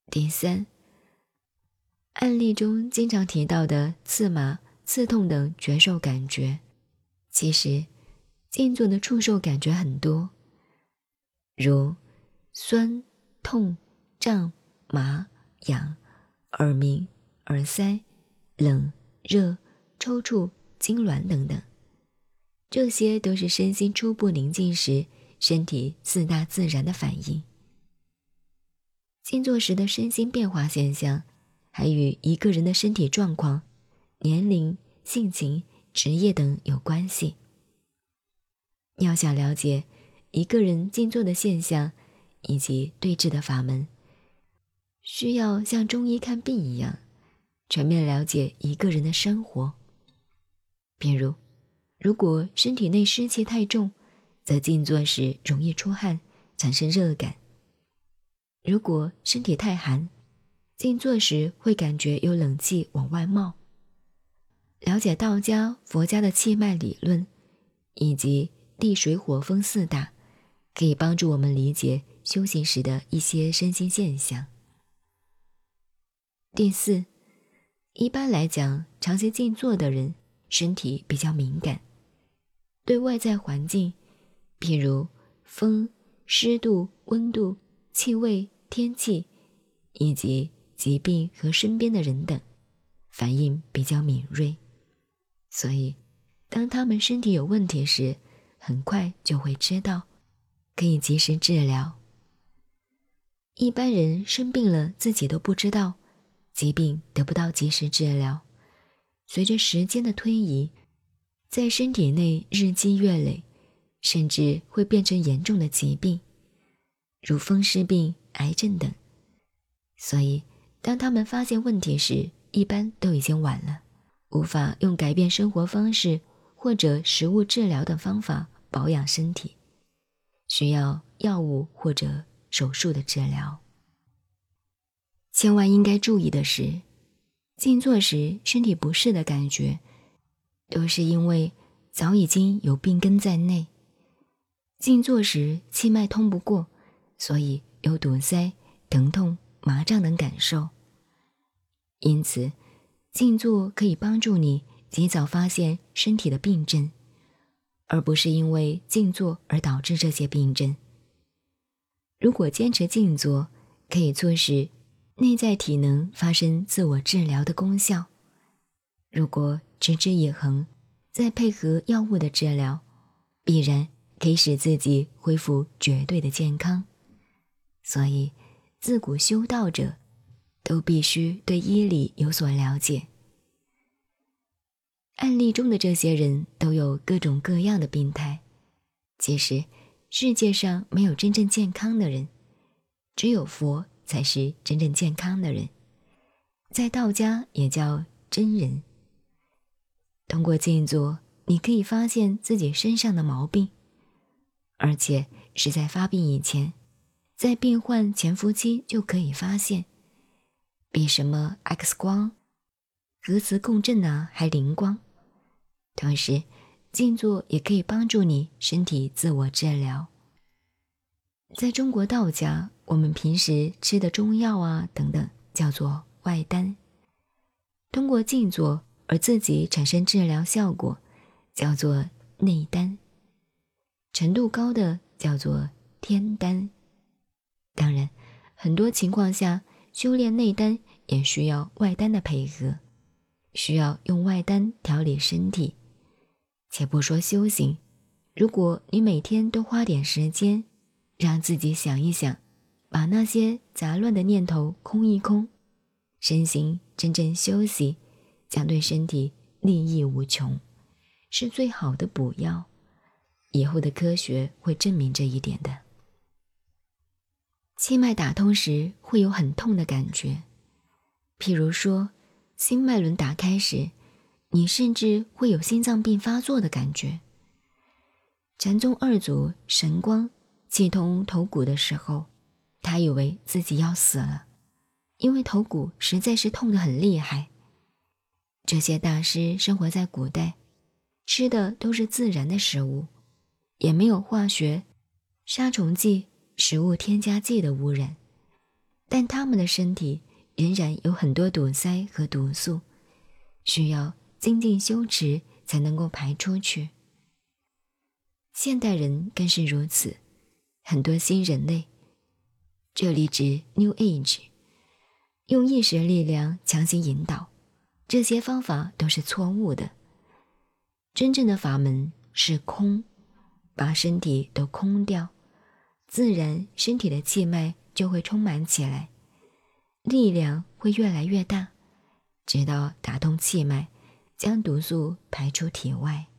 第三，案例中经常提到的刺麻、刺痛等觉受感觉，其实静坐的触受感觉很多，如酸、痛、胀、麻、痒、耳鸣、耳塞、冷、热、抽搐、痉挛等等，这些都是身心初步宁静时身体四大自然的反应。静坐时的身心变化现象还与一个人的身体状况、年龄、性情、职业等有关系。要想了解一个人静坐的现象以及对治的法门，需要像中医看病一样，全面了解一个人的生活。比如，如果身体内湿气太重，则静坐时容易出汗，产生热感。如果身体太寒，静坐时会感觉有冷气往外冒。了解道家、佛家的气脉理论，以及地水火风四大，可以帮助我们理解修行时的一些身心现象。第四，一般来讲，长期静坐的人身体比较敏感，对外在环境，譬如风、湿度、温度、气味、天气，以及疾病和身边的人等，反应比较敏锐。所以，当他们身体有问题时，很快就会知道，可以及时治疗。一般人生病了自己都不知道，疾病得不到及时治疗，随着时间的推移，在身体内日积月累，甚至会变成严重的疾病，如风湿病、癌症等。所以，当他们发现问题时，一般都已经晚了，无法用改变生活方式或者食物治疗的方法保养身体，需要药物或者手术的治疗。千万应该注意的是，静坐时身体不适的感觉，都是因为早已经有病根在内。静坐时气脉通不过，所以有堵塞、疼痛、麻胀等感受。因此，静坐可以帮助你及早发现身体的病症，而不是因为静坐而导致这些病症。如果坚持静坐，可以促使内在体能发生自我治疗的功效。如果持之以恒，再配合药物的治疗，必然可以使自己恢复绝对的健康。所以，自古修道者都必须对医理有所了解。案例中的这些人都有各种各样的病态，其实世界上没有真正健康的人，只有佛才是真正健康的人，在道家也叫真人。通过静坐，你可以发现自己身上的毛病，而且是在发病以前，在病患潜伏期就可以发现，比什么 X 光、核磁共振还灵光。同时，静坐也可以帮助你身体自我治疗。在中国道家，我们平时吃的中药等等叫做外丹，通过静坐而自己产生治疗效果，叫做内丹，程度高的叫做天丹。当然，很多情况下修炼内丹也需要外丹的配合，需要用外丹调理身体。且不说修行，如果你每天都花点时间，让自己想一想，把那些杂乱的念头空一空，身心真正休息，将对身体利益无穷，是最好的补药。以后的科学会证明这一点的。气脉打通时会有很痛的感觉，譬如说心脉轮打开时，你甚至会有心脏病发作的感觉。禅宗二祖神光气通头骨的时候，他以为自己要死了，因为头骨实在是痛得很厉害。这些大师生活在古代，吃的都是自然的食物，也没有化学、杀虫剂、食物添加剂的污染， 但他们的身体仍然有很多堵塞和毒素，需要精进修持才能够排出去。现代人更是如此，很多新人类，这里指 New Age， 用意识力量强行引导，这些方法都是错误的。真正的法门是空，把身体都空掉，自然身体的气脉就会充满起来，力量会越来越大，直到打通气脉，将毒素排出体外。